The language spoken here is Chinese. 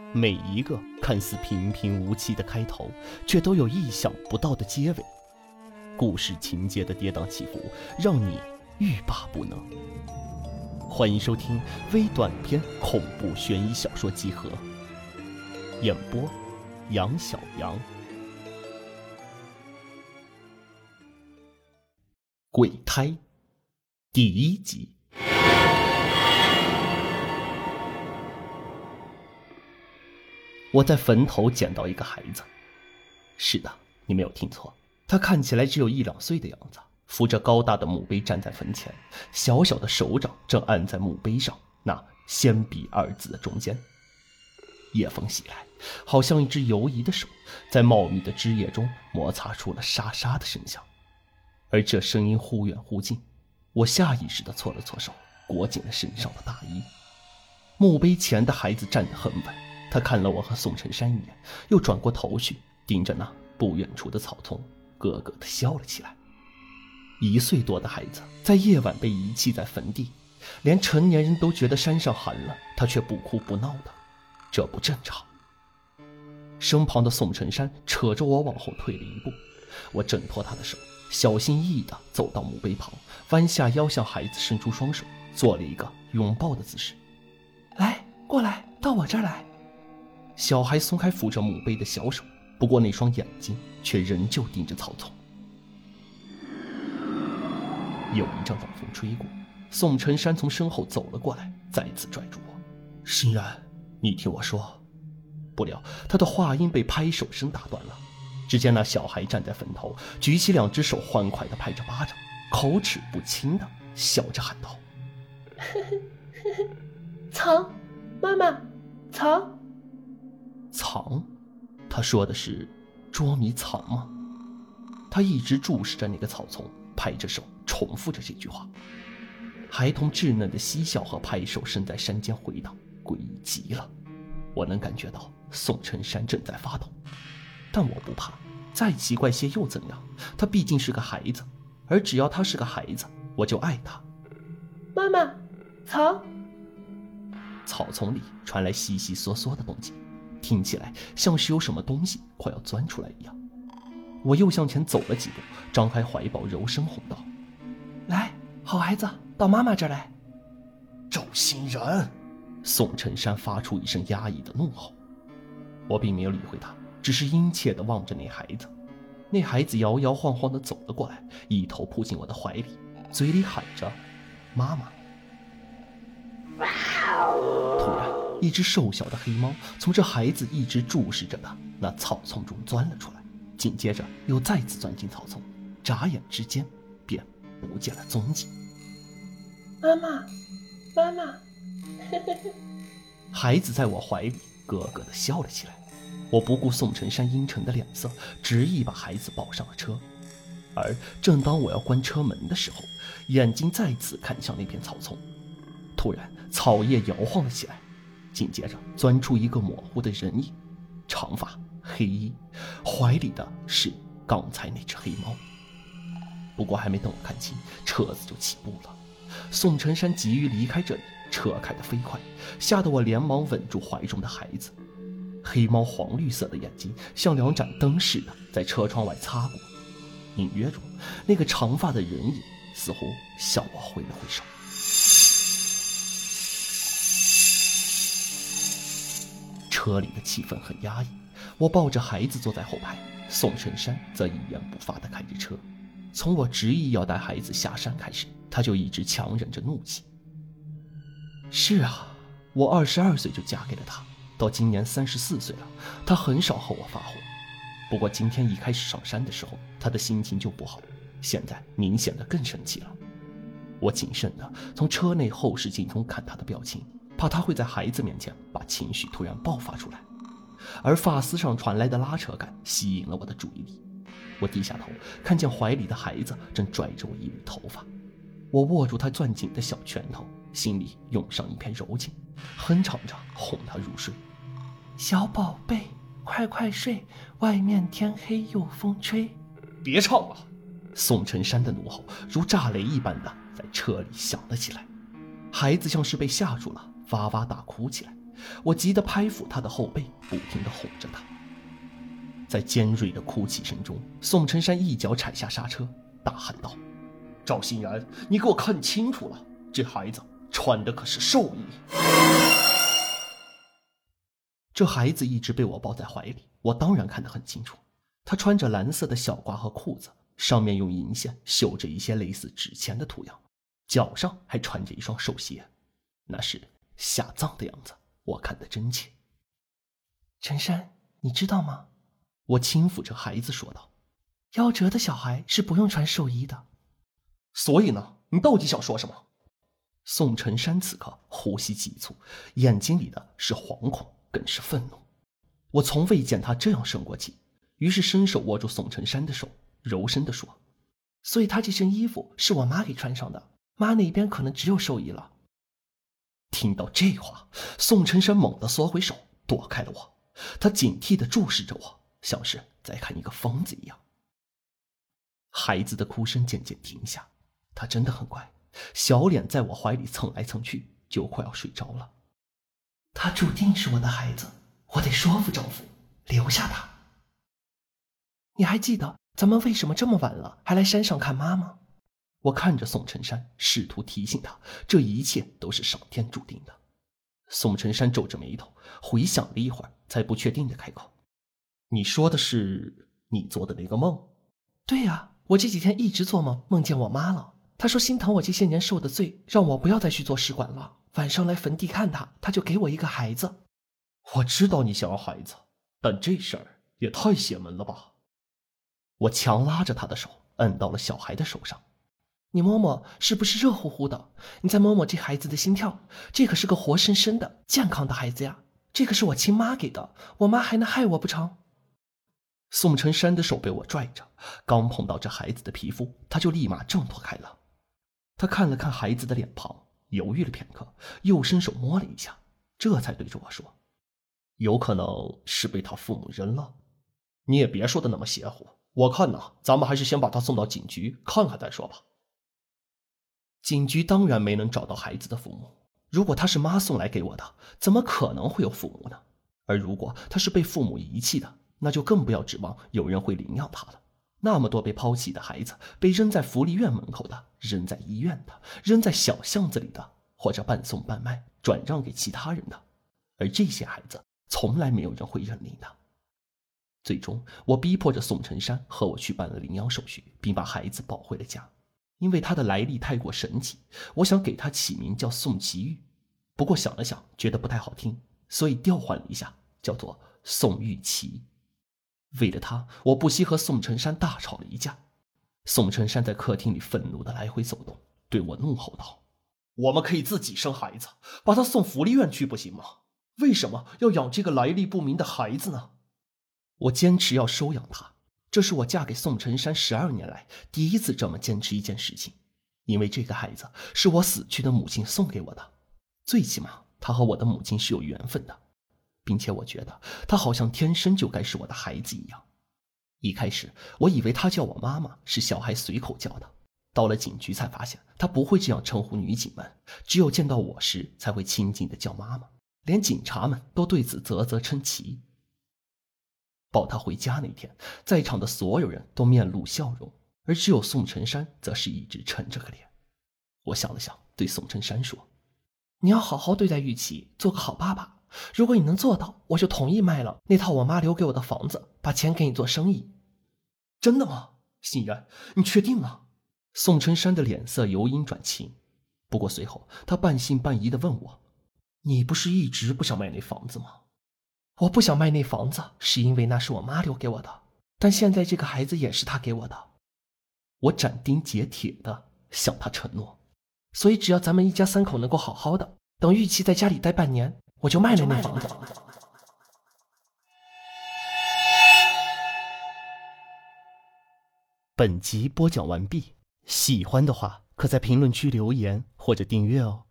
每一个看似平平无奇的开头，却都有意想不到的结尾。故事情节的跌宕起伏，让你欲罢不能。欢迎收听微短篇恐怖悬疑小说集合，演播杨小阳。鬼胎第1集。我在坟头捡到一个孩子，是的，你没有听错，他看起来只有1、2岁的样子，扶着高大的墓碑站在坟前，小小的手掌正按在墓碑上那先妣2字的中间。夜风袭来，好像一只游移的手在茂密的枝叶中摩擦出了沙沙的声响，而这声音忽远忽近，我下意识地搓了搓手，裹紧了身上的大衣。墓碑前的孩子站得很稳，他看了我和宋晨山一眼，又转过头去盯着那不远处的草丛，咯咯地笑了起来。1岁多的孩子在夜晚被遗弃在坟地，连成年人都觉得山上寒了，他却不哭不闹的，这不正常。身旁的宋晨山扯着我往后退了一步，我挣脱他的手，小心翼翼地走到墓碑旁，弯下腰向孩子伸出双手，做了一个拥抱的姿势。来，过来，到我这儿来。小孩松开扶着墓碑的小手，不过那双眼睛却仍旧盯着草丛。有一阵冷风吹过，宋晨山从身后走了过来，再次拽住我。欣然，你听我说。不料他的话音被拍手声打断了。只见那小孩站在坟头，举起2只手欢快地拍着巴掌，口齿不清地笑着喊道： 藏，妈妈，藏。 藏？他说的是捉迷藏吗？他一直注视着那个草丛，拍着手重复着这句话。孩童稚嫩的嬉笑和拍手声在山间回荡，诡异极了。我能感觉到宋晨山正在发抖，但我不怕，再奇怪些又怎样？他毕竟是个孩子，而只要他是个孩子，我就爱他。 妈妈，藏。 草丛里传来悉悉嗦嗦的动静，听起来像是有什么东西快要钻出来一样。我又向前走了几步，张开怀抱，柔声哄道：来，好孩子，到妈妈这儿来。周欣然！宋晨山发出一声压抑的怒吼。我并没有理会他，只是殷切地望着那孩子。那孩子摇摇晃晃地走了过来，一头扑进我的怀里，嘴里喊着妈妈。突然，一只瘦小的黑猫从这孩子一直注视着的那草丛中钻了出来，紧接着又再次钻进草丛，眨眼之间便不见了踪迹。 妈妈，妈妈。 孩子在我怀里咯咯地笑了起来。我不顾宋晨山阴沉的脸色，执意把孩子抱上了车。而正当我要关车门的时候，眼睛再次看向那片草丛，突然草叶摇晃了起来，紧接着钻出一个模糊的人影，长发黑衣，怀里的是刚才那只黑猫。不过还没等我看清，车子就起步了。宋晨山急于离开这里，车开得飞快，吓得我连忙稳住怀中的孩子。黑猫黄绿色的眼睛像2盏灯似的在车窗外擦过，隐约中那个长发的人影似乎向我挥了挥手。车里的气氛很压抑，我抱着孩子坐在后排，宋晨山则一言不发地看着车。从我执意要带孩子下山开始，他就一直强忍着怒气。是啊，我22岁就嫁给了他，到今年34岁了，他很少和我发火。不过今天一开始上山的时候，他的心情就不好，现在明显的更生气了。我谨慎地从车内后视镜中看他的表情，怕他会在孩子面前把情绪突然爆发出来。而发丝上传来的拉扯感吸引了我的注意力。我低下头，看见怀里的孩子正拽着我一缕头发。我握住他攥紧的小拳头，心里涌上一片柔情，哼唱着哄他入睡。小宝贝，快快睡，外面天黑有风吹。别唱了！宋晨山的怒吼如炸雷一般的在车里响了起来。孩子像是被吓住了，哇哇大哭起来， 我急得拍抚他的后背，不停地哄着他。在尖锐的哭泣声中，宋晨山一脚踩下刹车，大喊道：“赵欣然，你给我看清楚了，这孩子穿的可是寿衣。”这孩子一直被我抱在怀里，我当然看得很清楚。他穿着蓝色的小褂和裤子，上面用银线绣着一些类似纸钱的图样，脚上还穿着一双寿鞋，那是下葬的样子，我看得真切。 陈山，你知道吗？ 我轻抚着孩子说道：“ 夭折的小孩是不用穿寿衣的。” 所以呢，你到底想说什么？宋晨山此刻呼吸急促，眼睛里的是惶恐，更是愤怒。我从未见他这样生过气，于是伸手握住宋晨山的手，柔声地说：“ 所以他这身衣服是我妈给穿上的，妈那边可能只有寿衣了。” 听到这话，宋晨山猛地缩回手，躲开了我。他警惕地注视着我，像是在看一个疯子一样。孩子的哭声渐渐停下，他真的很乖，小脸在我怀里蹭来蹭去，就快要睡着了。 他注定是我的孩子，我得说服丈夫留下他。你还记得咱们为什么这么晚了还来山上看妈吗？ 我看着宋晨山，试图提醒他，这一切都是上天注定的。宋晨山皱着眉头，回想了一会儿，才不确定地开口：“你说的是你做的那个梦？”“ 对呀，我这几天一直做梦，梦见我妈了。她说心疼我这些年受的罪，让我不要再去做使馆了。晚上来坟地看她，她就给我一个孩子。”“ 我知道你想要孩子，但这事儿也太邪门了吧？”我强拉着他的手，摁到了小孩的手上。 “你摸摸是不是热乎乎的？你再摸摸这孩子的心跳，这可是个活生生的健康的孩子呀，这可是我亲妈给的，我妈还能害我不成？” 宋晨山的手被我拽着，刚碰到这孩子的皮肤，他就立马挣脱开了。他看了看孩子的脸庞，犹豫了片刻，又伸手摸了一下，这才对着我说：“有可能是被他父母扔了。你也别说的那么邪乎，我看呢，咱们还是先把他送到警局看看再说吧。”警局当然没能找到孩子的父母，如果他是妈送来给我的，怎么可能会有父母呢？而如果他是被父母遗弃的，那就更不要指望有人会领养他了。那么多被抛弃的孩子，被扔在福利院门口的，扔在医院的，扔在小巷子里的，或者半送半卖转让给其他人的，而这些孩子从来没有人会认领的。最终我逼迫着宋晨山和我去办了领养手续，并把孩子保回了家。因为他的来历太过神奇，我想给他起名叫宋奇玉，不过想了想觉得不太好听，所以调换了一下，叫做宋玉琪。为了他，我不惜和宋晨山大吵了一架。宋晨山在客厅里愤怒地来回走动，对我怒吼道：“我们可以自己生孩子，把他送福利院去不行吗？为什么要养这个来历不明的孩子呢？”我坚持要收养他，这是我嫁给宋晨山12年来第一次这么坚持一件事情，因为这个孩子是我死去的母亲送给我的，最起码他和我的母亲是有缘分的，并且我觉得他好像天生就该是我的孩子一样。一开始我以为他叫我妈妈是小孩随口叫的，到了警局才发现他不会这样称呼女警们，只有见到我时才会亲近地叫妈妈，连警察们都对此啧啧称奇。抱他回家那天，在场的所有人都面露笑容，而只有宋晨山则是一直沉着个脸。我想了想，对宋晨山说：“ 你要好好对待玉琪，做个好爸爸。如果你能做到，我就同意卖了那套我妈留给我的房子，把钱给你做生意。”“ 真的吗？欣然，你确定吗？”宋晨山的脸色由阴转晴，不过随后他半信半疑地问我：“你不是一直不想卖那房子吗？”“ 我不想卖那房子，是因为那是我妈留给我的，但现在这个孩子也是她给我的。” 我斩钉截铁地向他承诺。 “所以只要咱们一家3口能够好好的，等玉琪在家里待半年，我就卖了那房子。” 本集播讲完毕，喜欢的话可在评论区留言或者订阅哦。